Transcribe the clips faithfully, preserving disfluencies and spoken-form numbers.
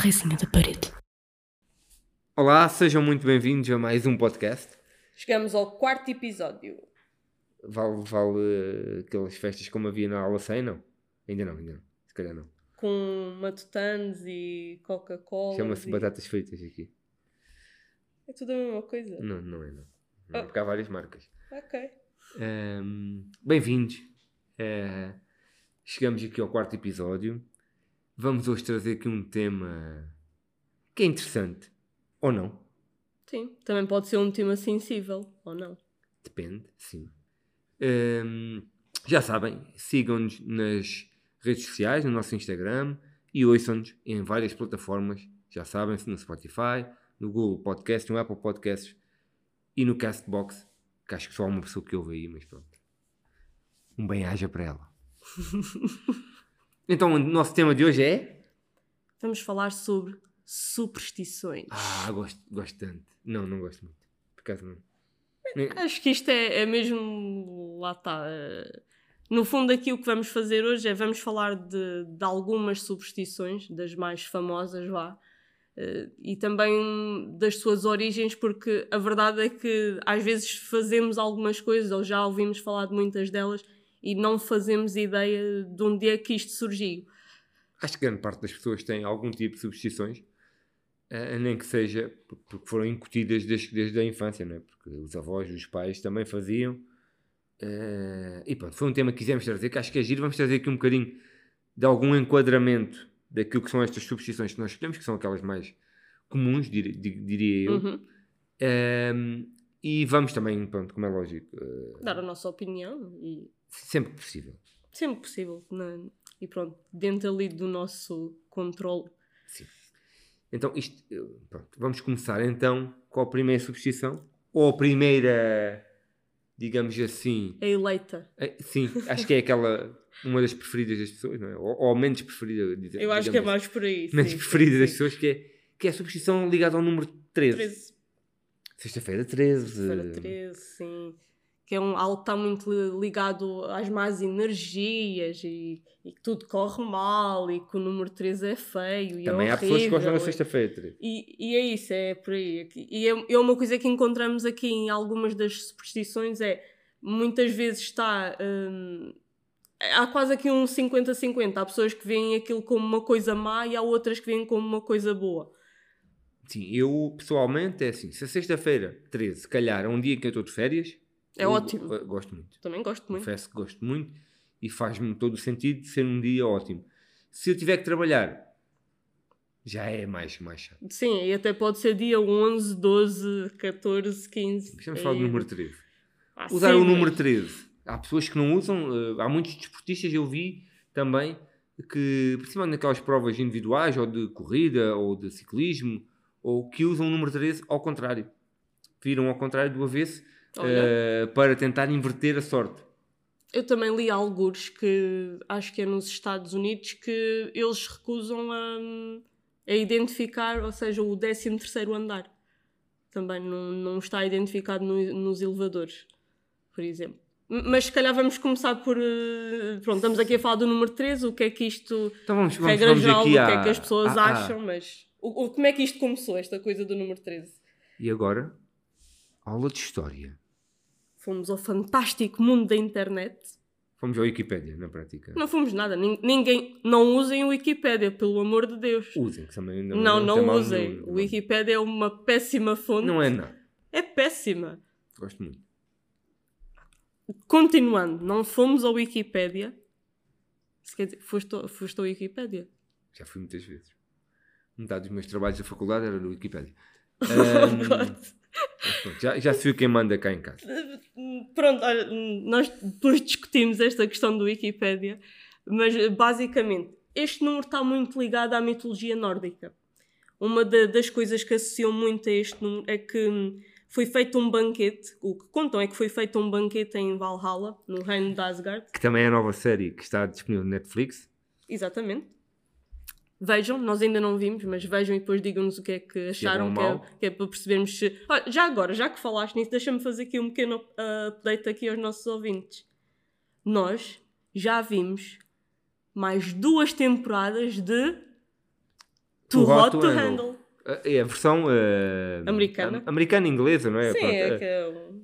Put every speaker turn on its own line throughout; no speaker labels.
resinha da parede.
Olá, sejam muito bem-vindos a mais um podcast.
Chegamos ao quarto episódio.
Vale, vale uh, aquelas festas como havia na aula cem, não? Ainda não, ainda não. Se calhar não.
Com matutanos e Coca-Cola.
Chama-se
e...
batatas fritas aqui.
É tudo a mesma coisa?
Não, não é não. não é
Oh.
porque há várias marcas.
Ok.
Um, bem-vindos. Uh, chegamos aqui ao quarto episódio. Vamos hoje trazer aqui um tema que é interessante. Ou não?
Sim, também pode ser um tema sensível, ou não?
Depende, sim. Um, já sabem, sigam-nos nas redes sociais, no nosso Instagram e ouçam-nos em várias plataformas. Já sabem, no Spotify, no Google Podcast, no Apple Podcasts e no Castbox, que acho que só há uma pessoa que ouve aí, mas pronto. Um bem-aja para ela. Então, o nosso tema de hoje é...
Vamos falar sobre superstições.
Ah, gosto, gosto tanto. Não, não gosto muito. Por acaso não.
Acho que isto é, é mesmo... Lá está. No fundo, aqui o que vamos fazer hoje é vamos falar de, de algumas superstições, das mais famosas, vá. E também das suas origens, porque a verdade é que às vezes fazemos algumas coisas, ou já ouvimos falar de muitas delas, e não fazemos ideia de onde é que isto surgiu.
Acho que grande parte das pessoas tem algum tipo de superstições, uh, nem que seja porque foram incutidas desde, desde a infância, não é? Porque os avós, os pais também faziam. Uh, e pronto, foi um tema que quisemos trazer, que acho que é giro. Vamos trazer aqui um bocadinho de algum enquadramento daquilo que são estas superstições que nós escolhemos, que são aquelas mais comuns, dir, diria eu.
Uhum.
Uh, e vamos também, pronto, como é lógico, uh,
dar a nossa opinião e...
sempre possível.
Sempre possível, né? E pronto, dentro ali do nosso controle.
Sim. Então, isto, pronto, vamos começar então com a primeira superstição, ou a primeira, digamos assim...
A eleita.
A, sim, acho que é aquela, uma das preferidas das pessoas, não é? Ou, ou menos preferida, dizer,
Eu acho que é mais por aí.
Menos
sim,
preferida
sim,
das
sim.
pessoas, que é, que é a superstição ligada ao número treze.
treze.
Sexta-feira treze.
Sexta-feira treze, sim. Que é um, algo que está muito ligado às más energias e, e que tudo corre mal e que o número treze é feio e
Também
é
há pessoas que gostam da
horrível.
sexta-feira treze.
E, e é isso, é por aí. E é, é uma coisa que encontramos aqui em algumas das superstições, é muitas vezes está... Hum, há quase aqui um cinquenta a cinquenta. Há pessoas que veem aquilo como uma coisa má e há outras que veem como uma coisa boa.
Sim, eu pessoalmente é assim, se a sexta-feira treze calhar é um dia que eu estou de férias,
É
eu
ótimo.
go- gosto muito.
Também gosto muito.
Confesso que gosto muito e faz-me todo o sentido de ser um dia ótimo. Se eu tiver que trabalhar, já é mais, mais chato.
Sim, e até pode ser dia onze, doze, catorze, quinze.
Estamos a
é...
falar do número treze.
Ah,
Usar
sim,
o número
mas...
treze. Há pessoas que não usam, uh, há muitos desportistas, eu vi também, que, principalmente naquelas provas individuais, ou de corrida, ou de ciclismo, ou que usam o número treze ao contrário. Viram ao contrário do avesso, uh, para tentar inverter a sorte.
Eu também li algures que, acho que é nos Estados Unidos, que eles recusam a, a identificar, ou seja, o décimo terceiro andar. Também não, não está identificado no, nos elevadores, por exemplo. Mas se calhar vamos começar por... Pronto, estamos aqui a falar do número treze, o que é que isto...
Então vamos, vamos,
regra
vamos
geral,
aqui
o que
à,
é que as pessoas
à,
acham,
à...
mas... O, o, como é que isto começou, esta coisa do número treze?
E agora, aula de história.
Fomos ao fantástico mundo da internet.
Fomos ao Wikipédia, na prática.
Não fomos nada. Ninguém... Não usem o Wikipédia, pelo amor de Deus.
Usem, que também não,
Não,
não,
não,
não
usem.
nenhum,
O Wikipédia é uma péssima fonte.
Não é nada.
É péssima.
Gosto muito.
Continuando, não fomos ao Wikipédia. Se quer dizer, foste, ao- foste ao Wikipédia?
Já fui muitas vezes. Metade dos meus trabalhos da faculdade era no Wikipédia.
Oh,
Um,
God.
pronto, já, já se viu quem manda cá em casa.
Pronto, olha, nós depois discutimos esta questão do Wikipédia, mas basicamente este número está muito ligado à mitologia nórdica. Uma da- das coisas que associam muito a este número é que hum, foi feito um banquete, o que contam é que foi feito um banquete em Valhalla, no reino de Asgard.
Que também é a nova série que está disponível no Netflix.
Exatamente. Vejam, nós ainda não vimos, mas vejam e depois digam-nos o que é que acharam,
bom
que
ou
é,
mau.
que é para percebermos se... Olha, já agora, já que falaste nisso, deixa-me fazer aqui um pequeno uh, update aqui aos nossos ouvintes. Nós já vimos mais duas temporadas de Too, Too Hot, hot to Handle. handle.
É a versão uh,
americana.
Americana e inglesa, não é?
Sim,
pronto,
é que é um...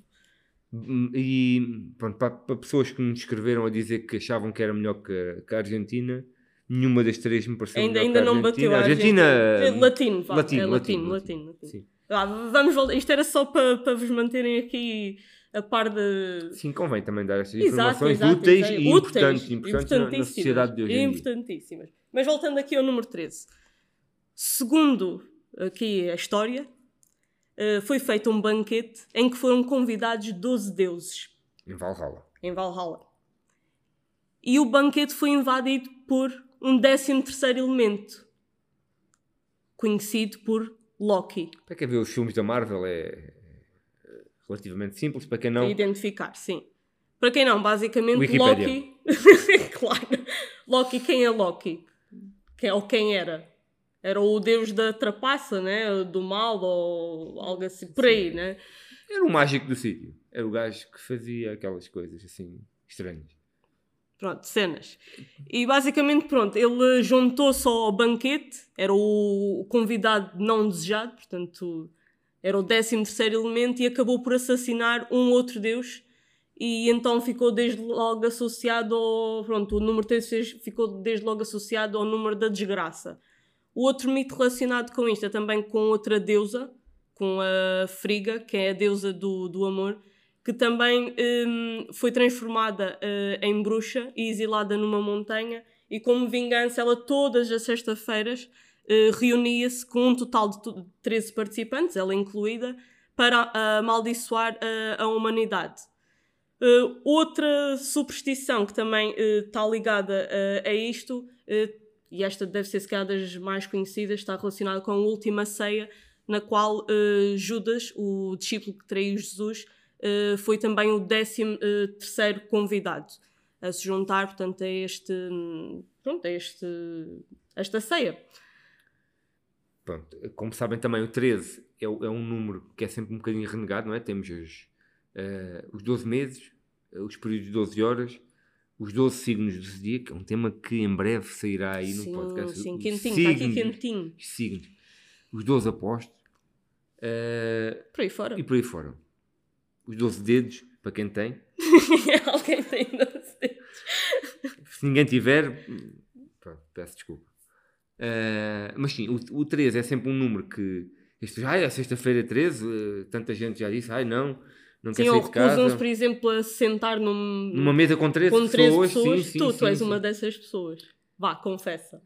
E pronto, para, para pessoas que nos escreveram a dizer que achavam que era melhor que, que a Argentina, nenhuma das três me pareceu
ainda,
melhor
ainda
que a
não bateu a
Argentina.
Argentina.
Argentina
latino, vá.
latino,
é latino,
latino,
latino,
latino.
latino.
Sim.
Ah, vamos voltar. Isto era só para, para vos manterem aqui a par de...
Sim, convém também dar estas
exato,
informações
exato,
úteis
exato.
e
úteis,
importantes, importantes na, na sociedade de hoje em dia.
Importantíssimas. Mas voltando aqui ao número treze. Segundo aqui a história, foi feito um banquete em que foram convidados doze deuses.
Em Valhalla.
Em Valhalla. E o banquete foi invadido por um décimo terceiro elemento, conhecido por Loki.
Para quem vê os filmes da Marvel é relativamente simples, para quem não...
É identificar, sim. Para quem não, basicamente
Wikipedia.
Loki... claro. Loki, quem é Loki? Quem, ou quem era? Era o deus da trapaça, né? Do mal, ou algo assim, por aí, né?
Era o mágico do sítio. Era o gajo que fazia aquelas coisas assim, estranhas.
Pronto, cenas. E basicamente, pronto, ele juntou-se ao banquete, era o convidado não desejado, portanto, era o décimo terceiro elemento, e acabou por assassinar um outro deus, e então ficou desde logo associado ao... Pronto, o número treze ficou desde logo associado ao número da desgraça. O outro mito relacionado com isto é também com outra deusa, com a Frigga, que é a deusa do, do amor, que também um, foi transformada uh, em bruxa e exilada numa montanha, e como vingança ela todas as sextas-feiras uh, reunia-se com um total de treze participantes, ela incluída, para uh, amaldiçoar uh, a humanidade. Uh, outra superstição que também está uh, ligada uh, a isto, uh, e esta deve ser se calhar das mais conhecidas, está relacionada com a última ceia, na qual uh, Judas, o discípulo que traiu Jesus, uh, foi também o décimo terceiro convidado a se juntar, portanto, a este, pronto, a este, esta ceia.
Pronto, como sabem também, o treze é, é um número que é sempre um bocadinho renegado, não é? Temos os, uh, os doze meses, os períodos de doze horas, os doze signos do zodíaco, que é um tema que em breve sairá aí no
sim,
podcast.
Sim, quentinho, está aqui quentinho.
Os signos, os doze apóstolos, uh,
por aí fora.
E por aí fora. Os doze dedos, para quem tem.
Alguém tem doze dedos.
Se ninguém tiver, pronto, peço desculpa. Uh, mas sim, o, o treze é sempre um número que... Este, ai, é sexta-feira treze, uh, tanta gente já disse, ai não... Não
sim, ou recusam-se, por exemplo, a sentar num,
numa mesa com treze,
com treze
pessoas.
pessoas.
Sim, sim,
tu,
sim,
tu és
sim.
uma dessas pessoas. Vá, confessa.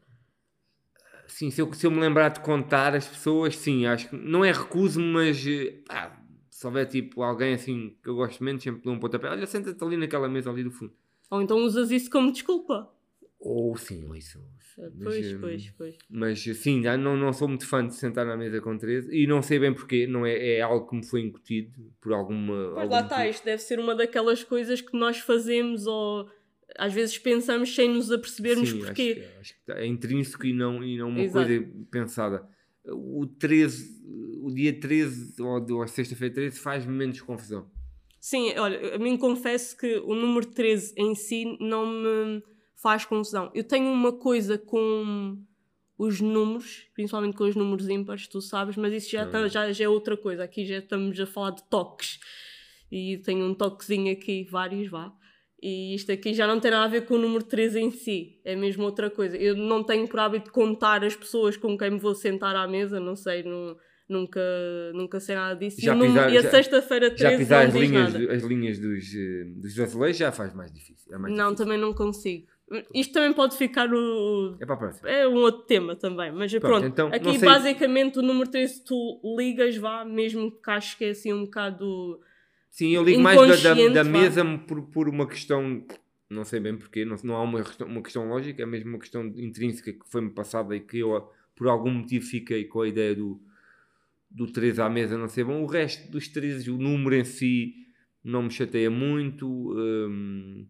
Sim, se eu, se eu me lembrar de contar as pessoas, sim, acho que não é recuso, mas pá, se houver tipo alguém assim que eu gosto menos, sempre dou um pontapé. Olha, senta-te ali naquela mesa ali do fundo.
Ou então usas isso como desculpa.
Ou sim, ou isso.
Pois, mas, pois, pois.
Mas sim, não, não sou muito fã de sentar na mesa com treze e não sei bem porquê, não é, é algo que me foi incutido por alguma...
Pois lá está, isto deve ser uma daquelas coisas que nós fazemos ou às vezes pensamos sem nos apercebermos
sim,
porquê.
Acho, acho que é intrínseco e não, e não uma
Exato.
coisa pensada. O treze, o dia treze ou, ou a sexta-feira treze faz-me menos confusão.
Sim, olha, a mim confesso que o número treze em si não me faz confusão. Eu tenho uma coisa com os números, principalmente com os números ímpares, tu sabes, mas isso já, tá, já, já é outra coisa. Aqui já estamos a falar de toques. E tenho um toquezinho aqui, vários, vá. E isto aqui já não tem nada a ver com o número treze em si. É mesmo outra coisa. Eu não tenho por hábito de contar as pessoas com quem me vou sentar à mesa, não sei, não... Nunca, nunca sei nada disso.
Já
e,
pisar,
e a
já,
sexta-feira treze
já pisar
não
as
diz
linhas,
nada.
as linhas dos, dos azulejos já faz mais difícil. É mais
não,
difícil.
Também não consigo. Isto também pode ficar o...
É para a próxima.
É um outro tema também. Mas pronto, pronto
então,
aqui
sei...
basicamente o número treze tu ligas, vá, mesmo que acho que é assim um bocado...
Sim, eu ligo mais da, da, da mesa por, por uma questão... Não sei bem porquê. Não, não há uma, uma questão lógica. É mesmo uma questão intrínseca que foi-me passada e que eu, por algum motivo, fiquei com a ideia do... do treze à mesa não ser bom. O resto dos treze, o número em si não me chateia muito, hum,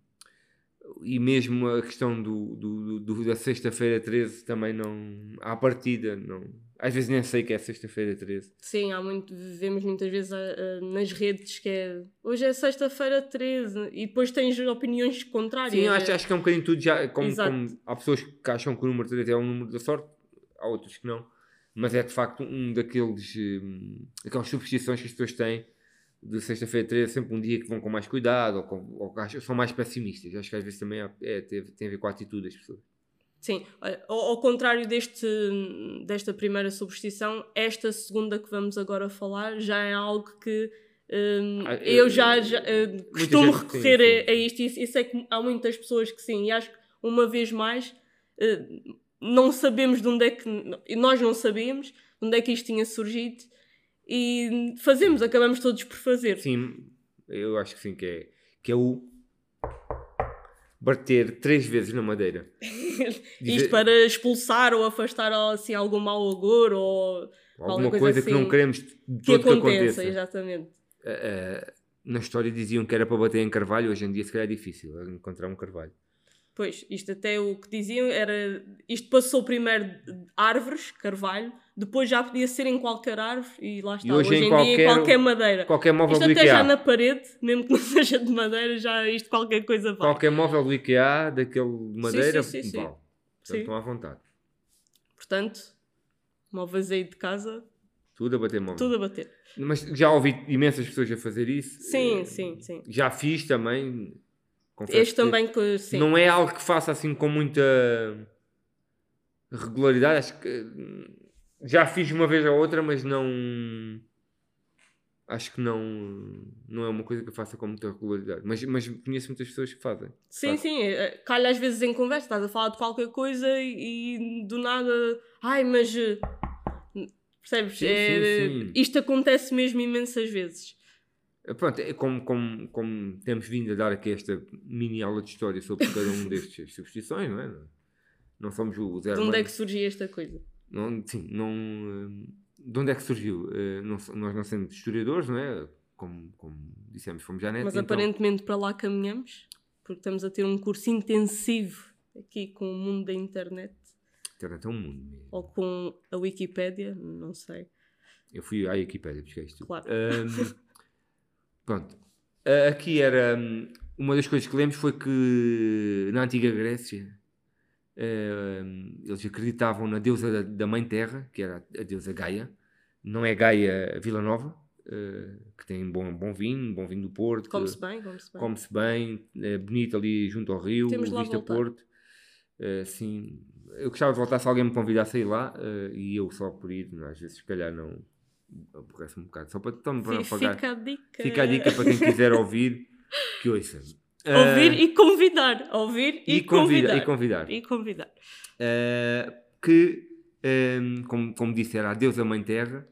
e mesmo a questão do, do, do, da sexta-feira treze também não, à partida não, às vezes nem sei que é sexta-feira treze.
Sim, há muito, vemos muitas vezes uh, nas redes que é hoje é sexta-feira treze e depois tens opiniões contrárias.
Sim, acho,
é...
acho que é um bocadinho tudo já, como, como há pessoas que acham que o número treze é um número da sorte, há outros que não. mas é de facto um daqueles hum, aquelas superstições que as pessoas têm de sexta-feira treze, sempre um dia que vão com mais cuidado ou, com, ou que são mais pessimistas. Acho que às vezes também é, é, tem, tem a ver com a atitude das pessoas.
Sim, ao, ao contrário deste, desta primeira superstição, esta segunda que vamos agora falar já é algo que um, ah, eu, eu já, já uh, costumo gente, recorrer sim, sim. A, a isto e, e sei que há muitas pessoas que sim, e acho que uma vez mais uh, não sabemos de onde é que, nós não sabíamos de onde é que isto tinha surgido e fazemos, acabamos todos por fazer.
Sim, eu acho que sim, que é, que é o bater três vezes na madeira.
Dizer... Isto para expulsar ou afastar assim, algum mau agouro ou
alguma coisa, coisa assim, que não queremos de
que, aconteça, que aconteça. Exatamente.
Uh, uh, na história diziam que era para bater em carvalho, hoje em dia se calhar é difícil encontrar um carvalho.
Pois, isto até o que diziam era... Isto passou primeiro de árvores, carvalho, depois já podia ser em qualquer árvore e lá está. E hoje, hoje em, em qualquer, dia em qualquer madeira.
Qualquer móvel
isto
do
até
IKEA.
Já na parede, mesmo que não seja de madeira, já isto qualquer coisa vai.
Qualquer móvel do IKEA, daquele de madeira,
sim, sim, sim,
vale. Portanto, estão à vontade.
Portanto, móveis aí de casa...
Tudo a bater móvel.
Tudo a bater.
Mas já ouvi imensas pessoas a fazer isso.
Sim, é, sim, sim.
Já fiz também...
Confesso este também que sim.
Não é algo que faça assim com muita regularidade. Acho que já fiz uma vez ou outra, mas não acho que não, não é uma coisa que eu faça com muita regularidade. Mas, mas conheço muitas pessoas que fazem.
Sim, fazem. Sim. Calha às vezes em conversa, estás a falar de qualquer coisa e, e do nada, ai, mas percebes?
Sim,
é,
sim, sim.
Isto acontece mesmo imensas vezes.
Pronto, é como, como, como temos vindo a dar aqui esta mini aula de história sobre cada um destes superstições, não é? Não somos o zero.
De onde é que surgiu esta coisa?
Não, sim, não... De onde é que surgiu? Não, nós não somos historiadores, não é? Como, como dissemos, fomos já netos.
Mas
então...
aparentemente para lá caminhamos, porque estamos a ter um curso intensivo aqui com o mundo da internet.
A internet é um mundo mesmo.
Ou com a Wikipédia, não sei.
Eu fui à Wikipédia, busquei isto.
Claro.
Um, Pronto, aqui era uma das coisas que lemos foi que na antiga Grécia eles acreditavam na deusa da Mãe Terra, que era a deusa Gaia. Não é Gaia Vila Nova, que tem bom, bom vinho, bom vinho do Porto.
Come-se bem, come-se bem.
Come-se bem, é bonito ali junto ao rio,
Temos lá
vista
voltar.
Porto. Sim, eu gostava de voltar se alguém me convidasse a ir lá e eu só por ir, às vezes se calhar não... aborrece um bocado, só para, então, para
pagar. Fica a dica.
Fica a dica para quem quiser ouvir, que ouça.
Ouvir uh, e convidar. Ouvir e, e convidar.
E convidar.
E convidar.
Uh, que, um, como, como disse, era a deusa Mãe Terra.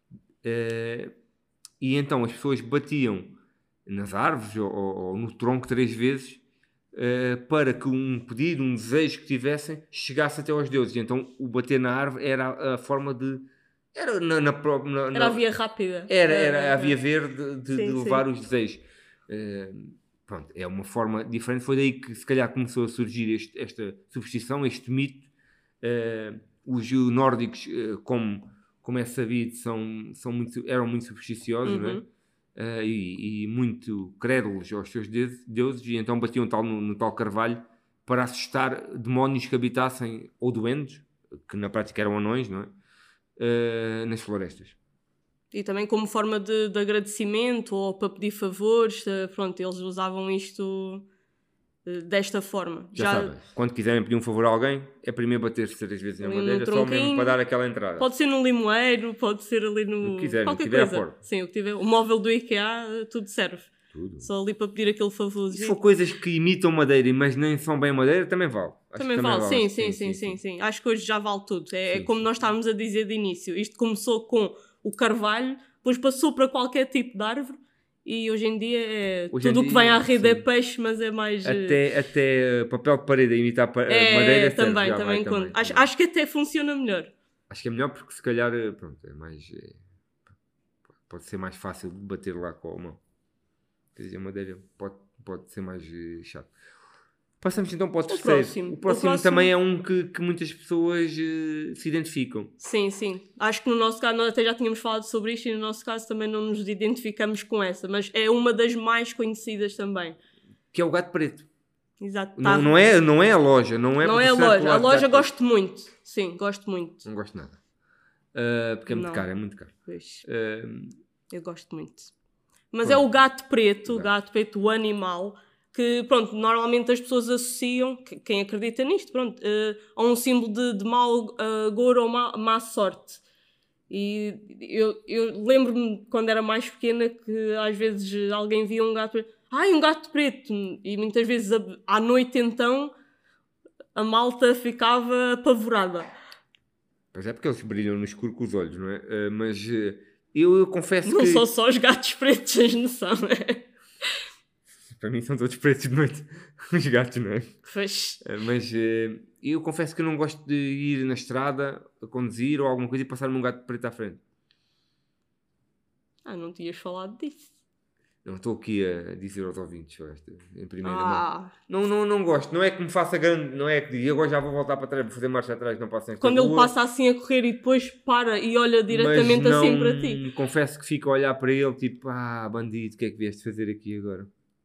Uh, e então as pessoas batiam nas árvores ou, ou no tronco três vezes uh, para que um pedido, um desejo que tivessem chegasse até aos deuses. E então o bater na árvore era a forma de... Era, na, na, na, na,
era a via rápida.
Era, era a via verde de,
sim,
de levar sim. os desejos. Uh, pronto, é uma forma diferente. Foi daí que se calhar começou a surgir este, esta superstição, este mito. Uh, os nórdicos, uh, como, como é sabido, são, são muito, eram muito supersticiosos,
uhum.
não é? Uh, e, e muito crédulos aos seus deuses, e então batiam tal, no, no tal carvalho para assustar demónios que habitassem, ou duendes, que na prática eram anões, não é? Uh, nas florestas.
E também como forma de, de agradecimento ou para pedir favores, uh, pronto, eles usavam isto uh, desta forma.
Já,
Já
sabem, quando quiserem pedir um favor a alguém, é primeiro bater-se três vezes na madeira, só mesmo para dar aquela entrada.
Pode ser no limoeiro, pode ser ali no...
O que quiserem,
qualquer
o que tiver
coisa. Sim, o que tiver. O móvel do IKEA, tudo serve.
Tudo.
Só ali para pedir aquele favorzinho.
Se for coisas que imitam madeira, mas nem são bem madeira, também vale. Acho
também,
também
vale,
vale.
Sim, sim, sim, sim, sim, sim. Acho que hoje já vale tudo. É,
sim,
é como
sim.
nós estávamos a dizer de início. Isto começou com o carvalho, depois passou para qualquer tipo de árvore e hoje em dia é
hoje
tudo o que vem à rede
sim.
é peixe, mas é mais...
Até, até papel de parede a imitar
é,
madeira
também,
serve,
também,
vai, também,
acho,
também.
acho que até funciona melhor.
Acho que é melhor porque se calhar pronto, é mais... É, pode ser mais fácil de bater lá com a mão. Quer dizer, a madeira pode, pode ser mais chato. Passamos então para o terceiro.
Próximo.
O próximo, o próximo também é um que, que muitas pessoas uh, se identificam.
Sim, sim. Acho que no nosso caso, nós até já tínhamos falado sobre isto e no nosso caso também não nos identificamos com essa, mas é uma das mais conhecidas também.
Que é o gato preto.
Exato.
Não, não, é, não é a loja. Não é,
não é a loja. A loja gosto muito. Sim, gosto muito.
Não gosto nada. Uh, porque é muito
Não.
caro, é muito caro.
Pois,
Uh,
eu gosto muito. Mas
Pronto.
é o gato preto, o
Exato.
gato preto, o animal, que, pronto, normalmente as pessoas associam, que- quem acredita nisto, pronto, eh, a um símbolo de, de mau eh, gouro ou má, má sorte. E eu, eu lembro-me, quando era mais pequena, que às vezes alguém via um gato preto, ai, um gato preto! E muitas vezes a- à noite, então, a malta ficava apavorada.
Pois é porque eles brilham no escuro com os olhos, não é? Uh, mas uh, eu, eu confesso
Não
que...
são só os gatos pretos, tens noção, não é?
Para mim são todos pretos de noite. Os gatos, não é?
Pois.
Uh, mas uh, eu confesso que eu não gosto de ir na estrada a conduzir ou alguma coisa e passar-me um gato preto à frente.
Ah, não tinhas falado disso.
Não estou aqui a dizer aos ouvintes só esta, em primeira
Ah.
mão. Não, não, não gosto. Não é que me faça grande, não é que diga agora já vou voltar para trás, vou fazer marcha atrás, não passo nesta
Quando
rua.
ele passa assim a correr e depois para e olha diretamente
Mas não,
assim para ti.
confesso que fico a olhar para ele tipo, ah, bandido, o que é que vieste fazer aqui agora?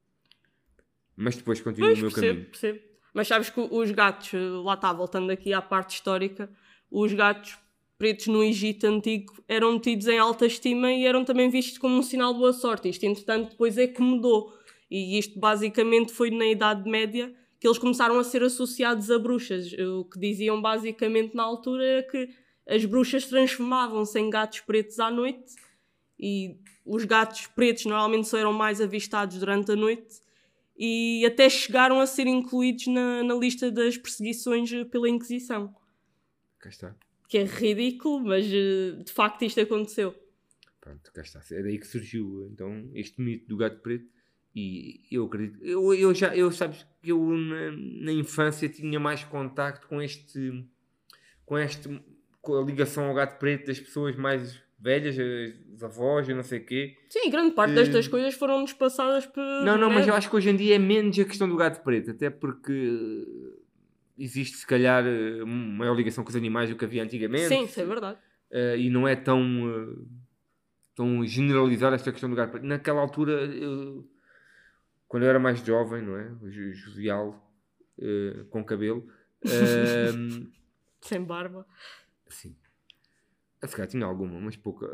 Mas depois continuo
Pois,
o meu
percebo,
caminho.
percebo. Mas sabes que os gatos, lá está, voltando aqui à parte histórica, os gatos pretos no Egito Antigo eram metidos em alta estima e eram também vistos como um sinal de boa sorte. Isto, entretanto, depois é que mudou. E isto basicamente foi na Idade Média que eles começaram a ser associados a bruxas. O que diziam basicamente na altura era que as bruxas transformavam-se em gatos pretos à noite e os gatos pretos normalmente só eram mais avistados durante a noite e até chegaram a ser incluídos na, na lista das perseguições pela Inquisição.
Cá está.
Que é ridículo, mas de facto isto aconteceu.
Pronto, cá está. É daí que surgiu então este mito do gato preto. E eu acredito, eu, eu já, eu sabes que eu na, na infância tinha mais contacto com este, com este, com a ligação ao gato preto das pessoas mais velhas, os avós, eu não sei o quê.
Sim, grande parte
que...
destas coisas foram-nos passadas por...
Não, não, mas eu acho que hoje em dia é menos a questão do gato preto, até porque existe se calhar uma maior ligação com os animais do que havia antigamente.
Sim, isso é verdade.
Uh, e não é tão, uh, tão generalizada esta questão do gato preto. Naquela altura... Eu, quando eu era mais jovem, não é? Jovial, uh, com cabelo. Uh,
Sem barba.
Sim. Se calhar tinha alguma, mas pouca. Uh,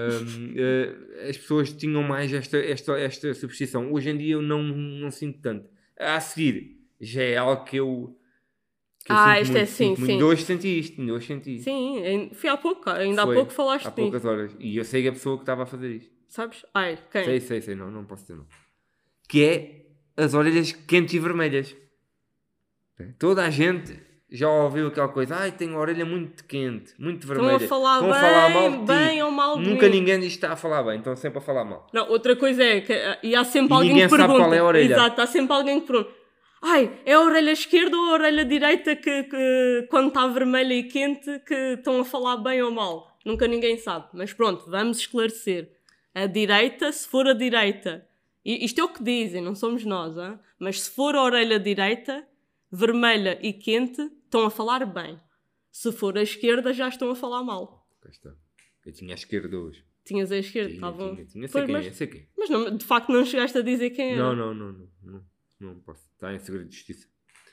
uh, as pessoas tinham mais esta, esta, esta superstição. Hoje em dia eu não, não sinto tanto. A seguir, já é algo que eu... Que eu
ah,
sinto
isto
muito,
é sim,
sinto
sim.
Muito. Hoje senti isto, hoje senti isto.
Sim, fui há pouco, ainda
Foi,
há pouco falaste
há
de mim.
poucas horas. E eu sei que a pessoa que estava a fazer isto.
Sabes? Ai, quem?
Sei, sei, sei. Não, não posso dizer não. Que é as orelhas quentes e vermelhas. Toda a gente já ouviu aquela coisa, ai, tenho a orelha muito quente, muito vermelha.
Estão a falar
Estão
bem,
a falar mal de ti.
bem ou mal de
Nunca
mim.
ninguém diz que está a falar bem, estão sempre a falar mal.
Não, outra coisa é que e há sempre
E
alguém
ninguém
que pergunta.
sabe qual é a orelha.
Exato, há sempre alguém que pergunta. Ai, é a orelha esquerda ou a orelha direita que, que quando está vermelha e quente que estão a falar bem ou mal? Nunca ninguém sabe. Mas pronto, vamos esclarecer. A direita, se for a direita, e isto é o que dizem, não somos nós, hein? Mas se for a orelha direita, vermelha e quente, estão a falar bem. Se for a esquerda, já estão a falar mal.
Cá está. Eu tinha a esquerda hoje.
Tinhas a esquerda,
Tinha,
tá bom.
tinha, tinha. Sei
Pois,
quem
mas,
é, sei quem.
mas não, de facto não chegaste a dizer quem era.
Não, não, não, não, não, não posso. Está em segredo de justiça.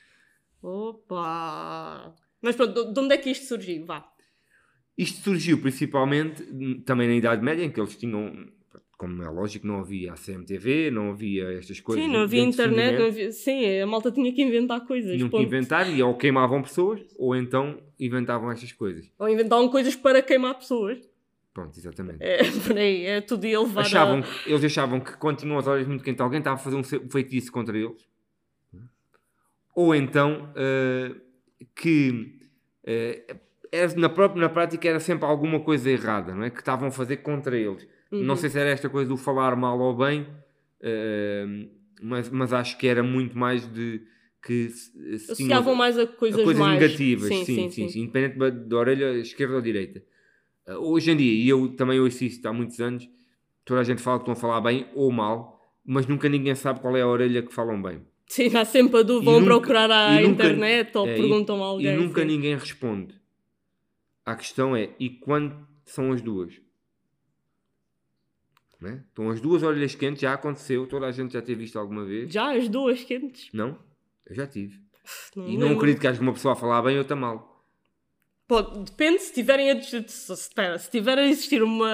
Opa! Mas pronto, de onde é que isto surgiu? Vá.
Isto surgiu principalmente também na Idade Média, em que eles tinham, como é lógico, não havia a C M T V, não havia estas coisas.
Sim, não havia internet, não havia... Sim, a malta tinha que inventar coisas.
Tinham
ponto.
que inventar e ou queimavam pessoas ou então inventavam estas coisas.
Ou inventavam coisas para queimar pessoas.
Pronto, exatamente.
É, por aí, é tudo ia levar
achavam
a...
que, Eles achavam que quando tinham as orelhas muito quentes alguém estava a fazer um feitiço contra eles. Ou então uh, que uh, era, na, própria, na prática era sempre alguma coisa errada, não é? Que estavam a fazer contra eles. Uhum. Não sei se era esta coisa do falar mal ou bem, uh, mas, mas acho que era muito mais de que se, se
associavam mais a coisas,
a coisas
mais...
negativas,
sim,
sim,
sim,
sim,
sim.
sim. Independente da orelha esquerda ou direita. Uh, hoje em dia, e eu também ouço isto há muitos anos, toda a gente fala que estão a falar bem ou mal, mas nunca ninguém sabe qual é a orelha que falam bem.
Sim, há sempre a dúvida, vão nunca, procurar à
nunca,
internet ou
é,
perguntam a alguém.
E nunca
sim.
ninguém responde. A questão é, e quando são as duas? Não é? Estão as duas orelhas quentes, já aconteceu, toda a gente já teve visto alguma vez.
Já, as duas quentes?
Não, eu já tive.
Não
e
lembro.
não acredito que haja uma pessoa a falar bem ou outra mal.
Pode, depende se tiverem a, se, espera, se tiver a existir uma,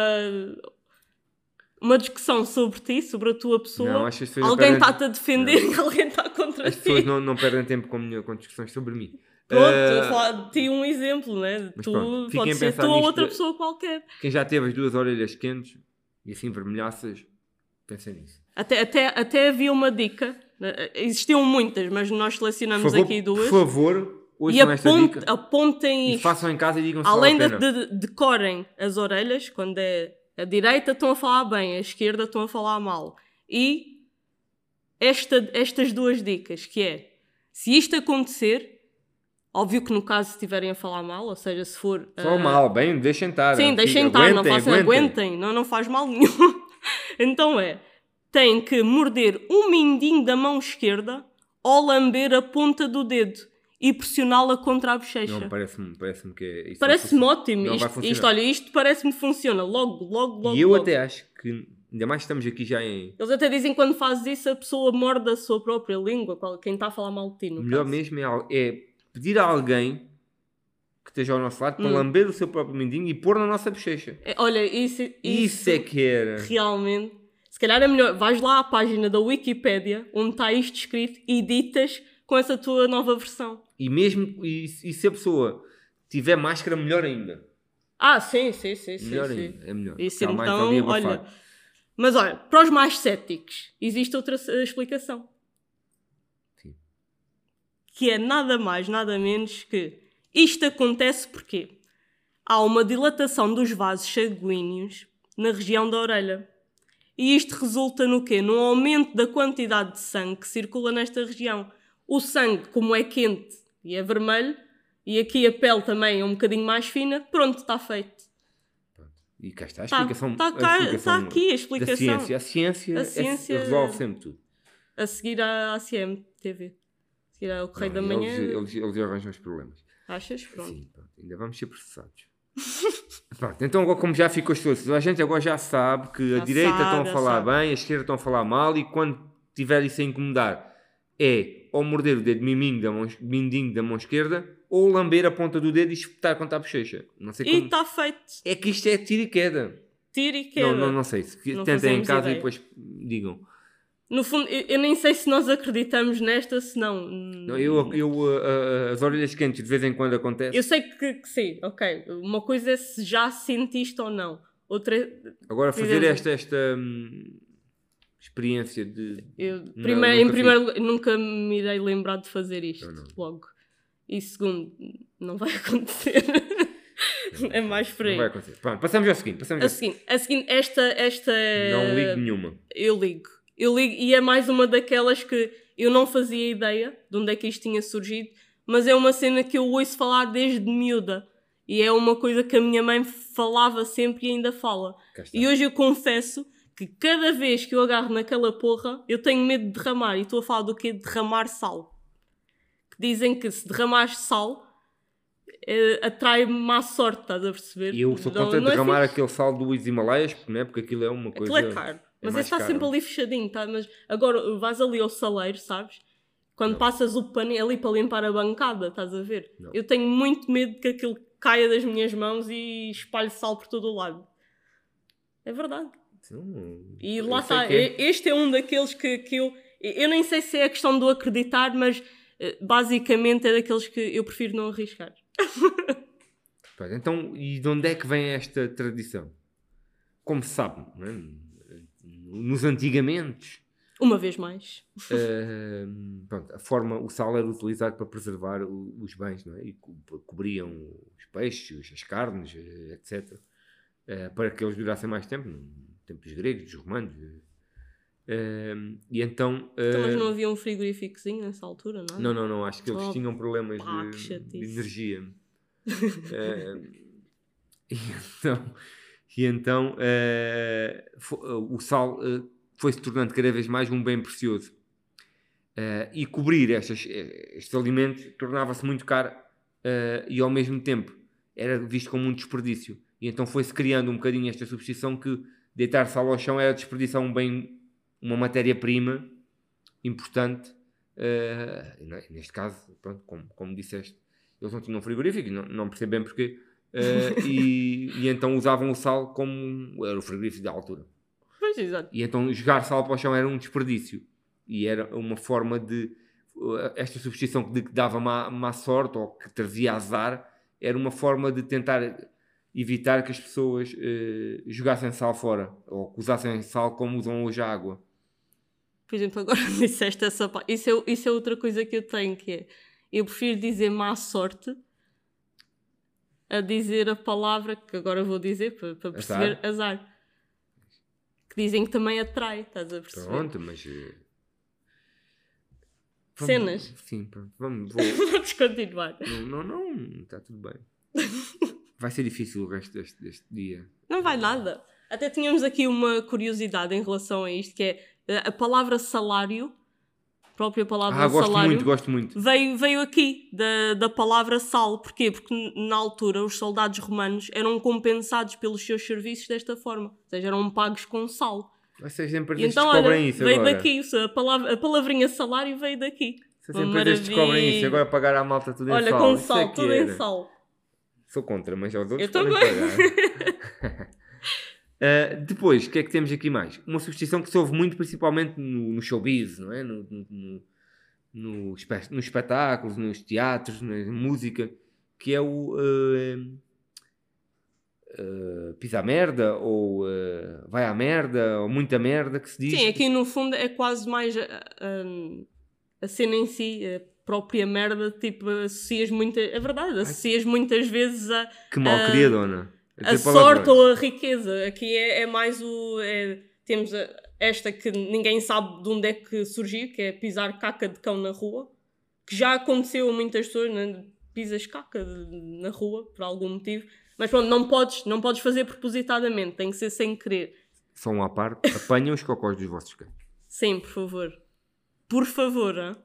uma discussão sobre ti, sobre a tua pessoa,
Não, acho que as pessoas
alguém
perdem-
está-te a defender
Não.
e alguém está contra
As
ti.
pessoas não, não perdem tempo com, minha- com discussões sobre mim.
Pronto,
Ah,
eu falar de ti um exemplo, né?
mas
Tu
pronto, fiquem
pode
a
ser
pensar
tu ou
nisto
outra
de-
pessoa qualquer.
Quem já teve as duas orelhas quentes e assim vermelhaças, pensem nisso.
Até, até, até havia uma dica, né? Existiam muitas, mas nós
Por
selecionamos
favor,
aqui
por
duas.
favor,
E
ouçam esta
aponte,
dica
apontem
e
isto.
façam em casa e digam se
Além
vale
de,
a pena.
de, decorem as orelhas, quando é a direita estão a falar bem, a esquerda estão a falar mal. E esta, estas duas dicas, que é, se isto acontecer, óbvio que no caso se estiverem a falar mal, ou seja, se for...
Só
uh,
mal, bem, deixem estar.
Sim,
Fica-
deixem estar, não
aguentem,
façam,
aguentem.
aguentem, não, não faz mal nenhum. Então é, têm que morder um mindinho da mão esquerda ou lamber a ponta do dedo e pressioná-la contra a bochecha.
Não, parece-me parece que é isso.
Parece-me
não
ótimo.
Não vai
Isto,
funcionar.
isto, olha, isto parece-me que funciona logo, logo, logo.
E eu
logo.
até acho que, ainda mais estamos aqui já em...
Eles até dizem que quando fazes isso a pessoa morde a sua própria língua, qual- quem está a falar mal de ti, no
Melhor
caso.
mesmo é, al- é pedir a alguém que esteja ao nosso lado para
Hum.
lamber o seu próprio mindinho e pôr na nossa bochecha.
É, olha, isso, isso,
Isso é que era.
realmente... Se calhar é melhor, vais lá à página da Wikipédia, onde está isto escrito, e editas com essa tua nova versão.
E mesmo, e, e se a pessoa tiver máscara, melhor ainda.
Ah, sim, sim, sim, sim.
Melhor
sim.
ainda, é melhor.
Isso
Está mais
então,
ali
olha...
abafado.
Mas olha, para os mais céticos, existe outra uh, explicação.
Sim.
Que é nada mais, nada menos que isto acontece porque há uma dilatação dos vasos sanguíneos na região da orelha. E isto resulta no quê? No aumento da quantidade de sangue que circula nesta região. O sangue, como é quente e é vermelho, e aqui a pele também é um bocadinho mais fina, pronto, está feito.
E cá está a
Está
explicação.
tá,
a
cá,
explicação
tá aqui a
da
explicação.
ciência. A ciência,
A
é-
ciência-
resolve sempre tudo.
A seguir à A C M T V. A seguir ao Correio
Não,
da Manhã.
Eles, eles, eles arranjam os problemas.
Achas? Pronto.
Sim, pronto, ainda vamos ser processados. Pronto, então agora como já ficou esclarecido, a gente agora já sabe que a
Já
direita
sabe,
estão a
já
falar
sabe.
bem, a esquerda estão a falar mal e quando tiver isso a incomodar é ou morder o dedo mindinho da mão, mindinho da mão esquerda ou lamber a ponta do dedo e espetar contra a bochecha. Não sei
E
como...
está feito.
É que isto é tiro e queda.
Tira e queda.
Não, não, não sei. Se
Não
tentem em
fazemos
casa
ideia.
e depois digam.
No fundo, eu, eu nem sei se nós acreditamos nesta, se não.
Não, eu, eu, uh, uh, as orelhas quentes de vez em quando acontece.
Eu sei que, que sim, ok. Uma coisa é se já sentiste ou não. Outra é-
Agora fazer
Fizemos-
esta, esta hum, experiência de...
eu,
Não,
primeiro, em
nunca
primeiro lugar, nunca me irei lembrar de fazer isto
Não, não.
logo. E segundo, não vai acontecer. É mais por aí.
Não vai acontecer. Pronto, passamos ao seguinte. Passamos
A
ao...
seguinte, a seguinte, esta, esta
Não ligo nenhuma.
Eu ligo. Eu ligo e é mais uma daquelas que eu não fazia ideia de onde é que isto tinha surgido, mas é uma cena que eu ouço falar desde miúda. E é uma coisa que a minha mãe falava sempre e ainda fala.
Cá está.
E hoje eu confesso que cada vez que eu agarro naquela porra, eu tenho medo de derramar. E estou a falar do quê? De derramar sal. Que dizem que se derramares sal, eh, atrai má sorte, estás a perceber?
E eu sou
Não-
contra de
não é
derramar
fixe.
aquele sal dos Himalaias, porque, né, porque aquilo é uma coisa...
Aquilo é caro. Mas
mais
esse está
caro.
sempre ali fechadinho, tá? Mas agora vais ali ao saleiro, sabes? Quando
Não.
passas o pano é ali para limpar a bancada, estás a ver?
Não.
Eu tenho muito medo que aquilo caia das minhas mãos e espalhe sal por todo o lado. É verdade.
Não,
E
eu
lá
sei
está.
que é.
Este é um daqueles que, que eu... Eu nem sei se é a questão do acreditar, mas eh, basicamente é daqueles que eu prefiro não arriscar.
Pois, então, e de onde é que vem esta tradição? Como se sabe, não é? Nos antigamente,
Uma vez mais.
eh, pronto, a forma, o sal era utilizado para preservar o- os bens, não é? E co- cobriam os peixes, as carnes, eh, etcétera, eh, para que eles durassem mais tempo, no tempo dos gregos, dos romanos. eh. Eh, e então...
Então, mas
eh,
não havia um frigoríficozinho nessa altura, não é?
Não, não, não. Acho que eles
Oh,
tinham problemas
pá,
de,
que
de
chatice.
energia. Eh, e então, e então eh, fo- o sal eh, foi-se tornando cada vez mais um bem precioso. Eh, e cobrir estas, eh, este alimento tornava-se muito caro eh, e ao mesmo tempo era visto como um desperdício. E então foi-se criando um bocadinho esta substituição que deitar sal ao chão era desperdiçar um bem, uma matéria-prima importante. Uh, neste caso, pronto, como, como disseste, eles não tinham frigorífico, não, não percebo bem porquê, uh, e, e então usavam o sal como era o frigorífico da altura.
Pois, exato.
E então jogar sal para o chão era um desperdício. E era uma forma de... Esta superstição que dava má, má sorte ou que trazia azar, era uma forma de tentar evitar que as pessoas uh, jogassem sal fora, ou que usassem sal como usam hoje a água.
Por exemplo, agora disseste essa parte. Isso é, isso é outra coisa que eu tenho, que é... Eu prefiro dizer má sorte a dizer a palavra que agora vou dizer para, para perceber azar. azar. Que dizem que também atrai, estás a perceber?
Pronto, mas... Uh...
Vamos, cenas.
Sim, pronto. Vamos, vou...
Vamos continuar.
Não, não, não, está tudo bem. Vai ser difícil o resto deste, deste dia.
Não vai nada. Até tínhamos aqui uma curiosidade em relação a isto, que é a palavra salário, a própria palavra
ah, gosto
salário,
muito, gosto muito.
Veio, veio aqui, da, da palavra sal. Porquê? Porque na altura os soldados romanos eram compensados pelos seus serviços desta forma. Ou seja, eram pagos com sal.
Vocês empresas
então,
descobrem
olha,
isso
veio
agora.
daqui, a, palavra, a palavrinha salário veio daqui.
Vocês empresas descobrem isso, agora pagar à malta tudo
olha,
em sal.
Olha, com
isso
sal,
é
tudo
era.
em sal.
Sou contra, mas aos outros
eu
podem
também.
pagar. uh, depois, o que é que temos aqui mais? Uma superstição que se ouve muito, principalmente no, no showbiz, não é? No, no, no, no, nos espetáculos, nos teatros, na música, que é o... Uh, Uh, pisa a merda, ou uh, vai à merda, ou muita merda, que se diz.
Sim, aqui no fundo é quase mais a, a, a cena em si, a própria merda, tipo, associas muita... É verdade, associas muitas vezes a...
Que mal queria, dona.
A, a sorte ou a riqueza. Aqui é, é mais o... É, temos a, esta que ninguém sabe de onde é que surgiu, que é pisar caca de cão na rua, que já aconteceu a muitas pessoas, né? Pisas caca de, na rua, por algum motivo. Mas pronto, não podes, não podes fazer propositadamente, tem que ser sem querer.
Só um à parte, apanhem os cocós dos vossos cães.
Sim, por favor. Por favor, hein?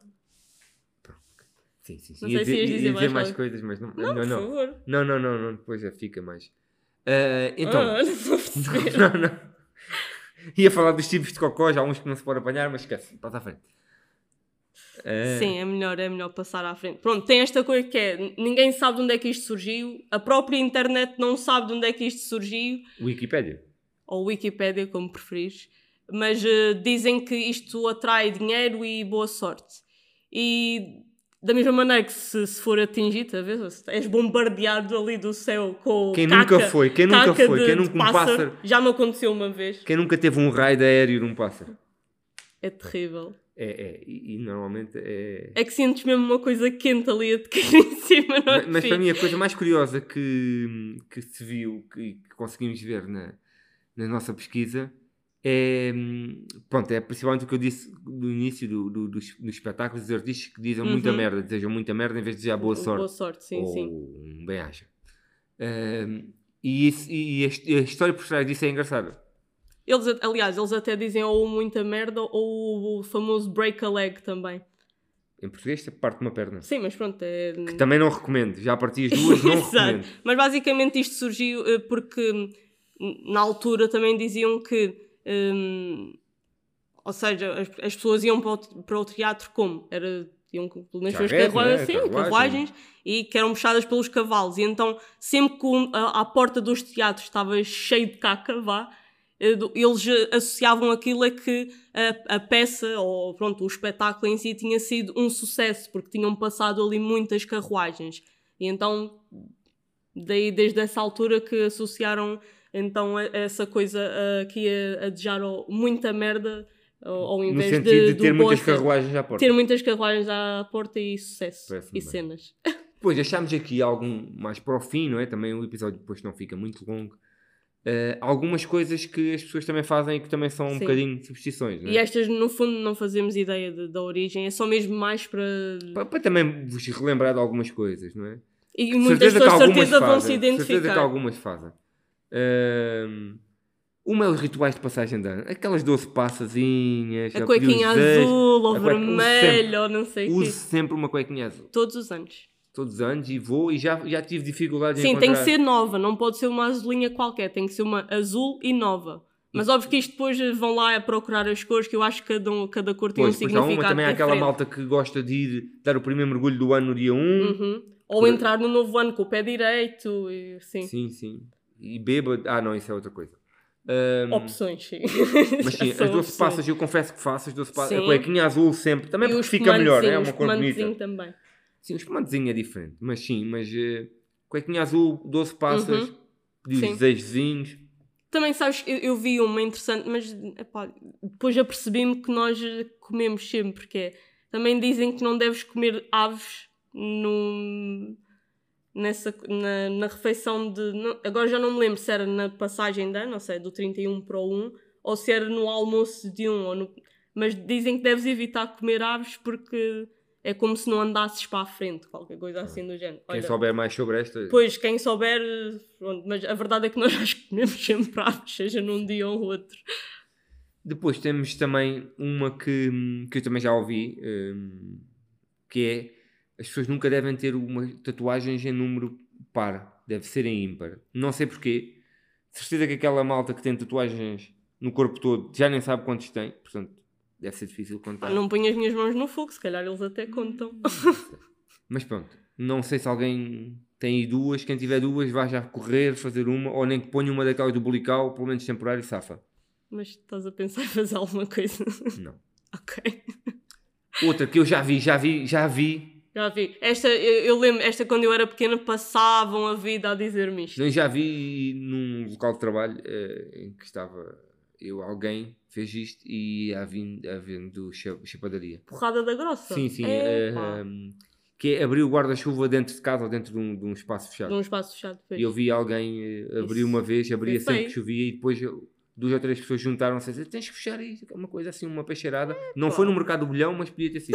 Sim, sim, sim.
Não
Ia,
sei se ias dizer,
ia dizer
mais,
mais coisas, mas não.
Não,
não,
por
não.
favor.
Não, não, não, não, depois já fica mais. Uh, então.
Ah, não estou a perceber.
Não, não, não. Ia falar dos tipos de cocós, há uns que não se pode apanhar, mas esquece, passa à frente. Uh...
Sim, é melhor, é melhor passar à frente. Pronto, tem esta coisa que é, ninguém sabe de onde é que isto surgiu, a própria internet não sabe de onde é que isto surgiu.
Wikipédia.
Ou Wikipédia, como preferires. Mas uh, dizem que isto atrai dinheiro e boa sorte. E da mesma maneira que se, se for atingido, a ver, és bombardeado ali do céu com
quem
caca,
nunca foi, quem nunca foi,
de,
quem nunca um pássaro, pássaro,
já me aconteceu uma vez.
Quem nunca teve um raio de aéreo num pássaro?
É terrível.
É, é, e, e normalmente é...
É que sentes mesmo uma coisa quente ali a te cair em cima, não é?
Mas, mas para mim a coisa mais curiosa que, que se viu, que, que conseguimos ver na, na nossa pesquisa, é, pronto, é principalmente o que eu disse no início do, do, dos, dos espetáculos, dos artistas que dizem uhum. muita merda, desejam muita merda em vez de dizer boa sorte.
Boa sorte, sim,
ou
sim.
um bem-aja. Um, e, isso, e a, a história por trás disso é engraçada.
Eles, aliás, eles até dizem ou muita merda ou o famoso break a leg também.
Em português, parte uma perna.
Sim, mas pronto. É...
Que também não recomendo. Já parti as duas, não recomendo.
Mas basicamente isto surgiu porque na altura também diziam que... Hum, ou seja, as, as pessoas iam para o, para o teatro como? Era... Iam nas suas carruagens, sim, carruagem. carruagens e que eram puxadas pelos cavalos. E então, sempre que a, a porta dos teatros estava cheio de caca, vá... eles associavam aquilo a que a, a peça, ou pronto, o espetáculo em si tinha sido um sucesso, porque tinham passado ali muitas carruagens. E então, daí desde essa altura que associaram então a, a essa coisa a, aqui a, a desejar muita merda, ao, ao invés
no sentido de, de ter muitas
boa,
carruagens à porta.
Ter muitas carruagens à porta e sucesso.
Parece-me
e
bem.
Cenas.
Pois, achámos aqui algo mais para o fim, não é? Também o episódio depois não fica muito longo. Uh, algumas coisas que as pessoas também fazem e que também são um Sim. bocadinho de superstições, não é?
E estas no fundo não fazemos ideia de, da origem, é só mesmo mais para...
para para também vos relembrar de algumas coisas, não é?
E muitas pessoas de certeza vão se identificar.
Certeza que algumas fazem. Uh, uma é os rituais de passagem de ano, aquelas doze passazinhas,
a cuequinha azul ou vermelho ou não sei o quê.
Uso sempre uma cuequinha azul
todos os anos
todos os anos e vou e já, já tive dificuldades
Sim,
em encontrar...
tem que ser nova, não pode ser uma azulinha qualquer, tem que ser uma azul e nova. Mas e... óbvio que isto depois vão lá a procurar as cores, que eu acho que cada, cada cor tem pois, um significado
uma, também há
diferente.
aquela malta que gosta de ir dar o primeiro mergulho do ano no dia um.
Uhum. Ou
Por-
entrar no novo ano com o pé direito, e assim.
Sim, sim. E bêbado. Ah, não, isso é outra coisa. Ahm,
Opções, sim.
mas
Já
sim,
são
as doze
opções.
passas, eu confesso que faço as doze passas. A
Sim.
cuequinha azul sempre. Também
E
porque
o
fica melhor, é
espumantezinho,
uma
o
cor bonita.
espumantezinho também.
Sim, o espumantezinho é diferente. Mas sim, mas eh, cuequinha azul, doze passas,
Uhum.
pedi
Sim.
os desejozinhos.
Também sabes, eu, eu vi uma interessante, mas epá, depois apercebi-me que nós comemos sempre, que é, também dizem que não deves comer aves no, nessa, na, na refeição de... não- agora já não me lembro se era na passagem de ano, não sei, do trinta e um para o um, ou se era no almoço de um, ou no, mas dizem que deves evitar comer aves porque é como se não andasses para a frente, qualquer coisa assim do género.
Quem
Olha,
souber mais sobre esta.
pois, quem souber, pronto, mas a verdade é que nós acho que comemos sempre aves, seja num dia ou outro.
Depois temos também uma que, que eu também já ouvi, hum, que é as pessoas nunca devem ter uma tatuagens em número par, deve ser em ímpar. Não sei porquê. Certeza que aquela malta que tem tatuagens no corpo todo já nem sabe quantos tem, portanto deve ser difícil contar.
Ah, não ponho as minhas mãos no fogo, se calhar eles até contam.
Mas pronto, não sei se alguém tem aí duas, quem tiver duas vai já correr, fazer uma, ou nem que ponha uma daquelas do bulical, pelo menos temporário, safa.
Mas estás a pensar em fazer alguma coisa?
Não.
Ok.
Outra que eu já vi, já vi, já vi,
Já vi. Esta, eu, eu lembro, esta quando eu era pequena passavam a vida a dizer-me isto.
nem já vi num local de trabalho eh, em que estava eu, alguém fez isto e havendo, havendo cha- chapadaria.
Porrada da grossa.
Sim, sim.
Epá.
eh, que é abrir o guarda-chuva dentro de casa ou dentro de um, de um espaço fechado.
De um espaço fechado depois.
E eu vi alguém eh, abrir
Isso
uma vez, abria
foi
sempre que
feio.
chovia e depois eu- duas ou três pessoas juntaram-se a dizer tens que fechar isso, uma coisa assim, uma peixeirada. Não
pá.
foi no mercado do bolhão, mas podia ter sido.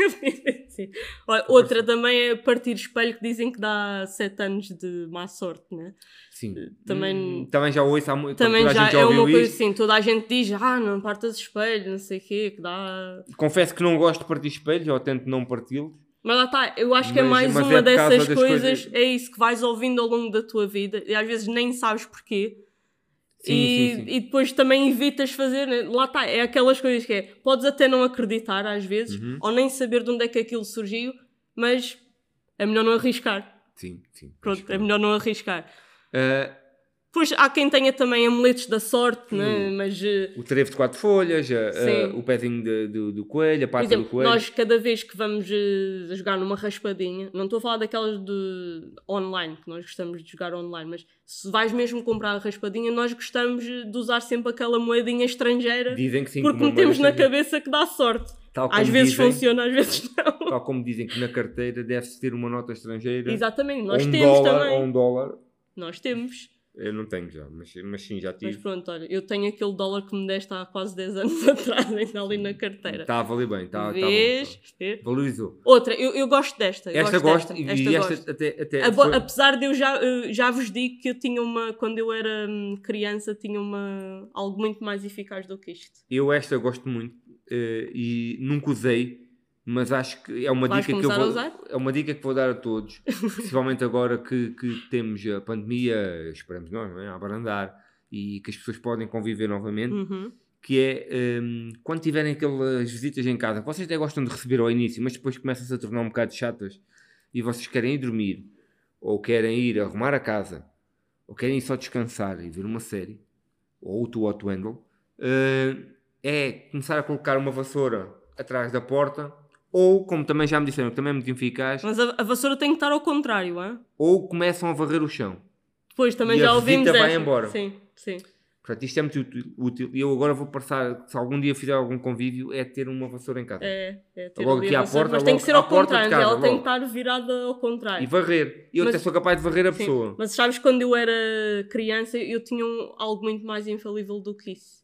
Sim. Olha, outra também é partir espelho, que dizem que dá sete anos de má sorte, né?
Sim.
Também-
Hum, também já ouço, há muito,
Também
toda a
já
gente já
é
ouviu
uma coisa
isto.
assim, toda a gente diz, ah, não partas espelho, não sei o quê, que dá...
Confesso que não gosto de partir espelhos, ou tento não parti-los.
Mas lá está, eu acho que é
Mas-
mais
mas
uma
é por causa
dessas
das
coisas,
coisas-
é isso que vais ouvindo ao longo da tua vida, e às vezes nem sabes porquê.
Sim,
e,
sim, sim.
e depois também evitas fazer, né? Lá está, é aquelas coisas que é, podes até não acreditar às vezes,
Uhum.
ou nem saber de onde é que aquilo surgiu, mas é melhor não arriscar.
Sim, sim.
Pronto,
Acho que
é
não.
melhor não arriscar.
Ah,
Pois há quem tenha também amuletos da sorte, né?
o-
Mas, eh,
o trevo de quatro folhas, a- a-
Sim.
o pezinho de- do, do coelho, a
por
pata do
exemplo,
coelho.
nós cada vez que vamos eh, jogar numa raspadinha, não estou a falar daquelas de online, que nós gostamos de jogar online, mas se vais mesmo comprar a raspadinha, nós gostamos de usar sempre aquela moedinha estrangeira,
Dizem que sim,
porque
que uma
metemos
moeda
na
estrangeira.
cabeça que dá sorte.
Tal
Às
como
vezes
dizem-
funciona, às vezes não.
Tal como dizem que na carteira deve-se ter uma nota estrangeira.
Exatamente,
ou
nós
um
temos
dólar,
também.
Ou um dólar.
Nós temos.
Eu não tenho já, mas, mas sim, já
Mas
tive.
pronto, olha, eu tenho aquele dólar que me deste há quase dez anos atrás, ainda ali na carteira.
Está a valer bem, está tá bom.
Vês?
Tá.
Vê?
Valorizou.
Outra, eu, eu gosto desta. eu
Esta
gosto
gosto
desta.
e
Esta
e esta,
gosto.
até. até
A bo-
foi-
Apesar de eu já, eu já vos digo que eu tinha uma, quando eu era hum, criança, tinha uma, algo muito mais eficaz do que isto.
Eu esta gosto muito eh, e nunca usei, mas acho que é uma
Vais
dica que eu
começar a
vou,
usar?
é uma dica que vou dar a todos, principalmente agora que, que temos a pandemia, esperamos nós, não é? A abrandar e que as pessoas podem conviver novamente,
Uhum.
que é hum, quando tiverem aquelas visitas em casa, vocês até gostam de receber ao início, mas depois começam-se a tornar um bocado chatas e vocês querem ir dormir, ou querem ir arrumar a casa, ou querem ir só descansar e ver uma série, ou o Too Hot to Handle, eh, é começar a colocar uma vassoura atrás da porta, ou, como também já me disseram, que também é muito eficaz,
Mas a, a vassoura tem que estar ao contrário, hein?
ou começam a varrer o chão.
Depois também
E
já
a
ouvimos
visita vai
esta.
embora.
Sim, sim.
Portanto, isto é muito útil- útil. E eu agora vou passar, se algum dia fizer algum convívio, é ter uma vassoura em casa.
É, é ter
Logo
ali
aqui
a
à
vassoura,
porta,
mas tem
logo
que ser
à
ao
porta de
contrário,
casa,
ela tem que
logo.
estar virada ao contrário.
E varrer. E eu
Mas-
até sou capaz de varrer a
Sim,
pessoa.
mas sabes, quando eu era criança, eu tinha um- algo muito mais infalível do que isso.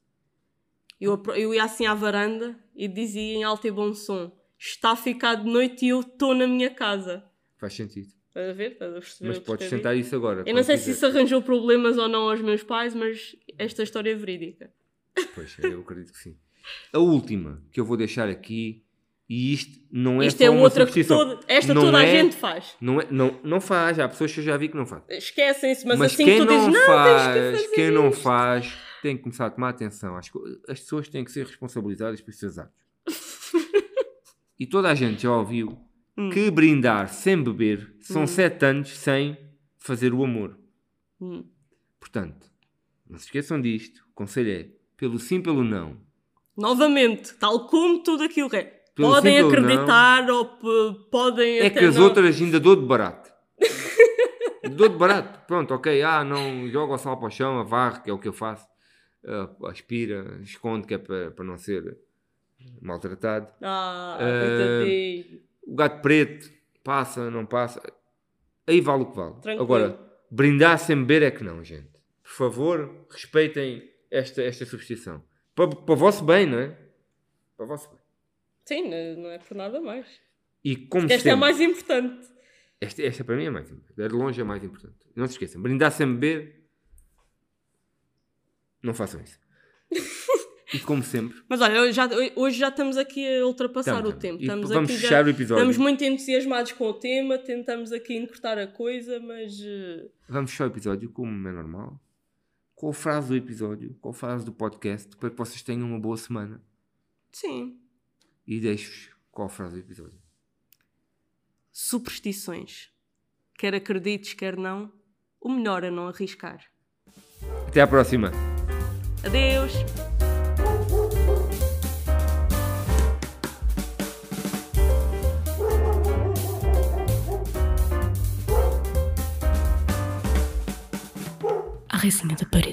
Eu, apro- eu ia assim à varanda e dizia em alto e bom som: está a ficar de noite e eu estou na minha casa.
Faz sentido.
Estás a ver? Estás a perceber?
Mas
o
podes
trocadilho?
tentar isso agora.
Eu não
quando
sei se
quiseres.
isso arranjou problemas ou não aos meus pais, mas esta história é verídica.
Pois, eu acredito que sim. A última que eu vou deixar aqui, e isto não é
Isto
só
é
uma
outra que
superstição.
toda, esta
Não
toda a
é-
gente faz.
Não, é, não, não faz, há pessoas que eu já vi que não fazem.
Esquecem-se, mas,
Mas
assim
quem
que tu
não
dizes, não,
faz,
tens que fazer
quem não
isto."
faz, tem que começar a tomar atenção. As, co- as pessoas têm que ser responsabilizadas pelos seus atos. E toda a gente já ouviu hum. que brindar sem beber são hum. sete anos sem fazer o amor. Hum. Portanto, não se esqueçam disto. O conselho é, pelo sim, pelo não.
Novamente, tal como tudo aquilo que é. Pelo podem sim, acreditar não, ou p- podem
é
até
que as
não...
outras ainda dou de barato. Dou de barato. Pronto, ok. Ah, não joga o sal para o chão, a varre, que é o que eu faço. Uh, aspira, esconde, que é para, para não ser maltratado.
Ah, uh,
o gato preto, passa, não passa. Aí vale o que vale.
Tranquilo.
Agora, brindar sem beber é que não, gente. Por favor, respeitem esta, esta superstição. Para, para o vosso bem, não é? Para o vosso bem.
Sim, não é por nada mais.
E como
esta
sempre,
é a mais importante.
Esta, esta para mim é mais importante. De longe é mais importante. Não se esqueçam. Brindar sem beber. Não façam isso. E como sempre.
Mas olha, já, hoje já estamos aqui a ultrapassar estamos, o tempo. Estamos
vamos
aqui
fechar
já,
o episódio.
Estamos muito entusiasmados com o tema. Tentamos aqui encurtar a coisa, mas... Uh...
Vamos fechar o episódio como é normal. Com a frase do episódio. Com a frase do podcast. Para que vocês tenham uma boa semana.
Sim.
E deixo-vos com a frase do episódio.
Superstições. Quer acredites, quer não. O melhor é não arriscar.
Até à próxima.
Adeus. A resenha da parede.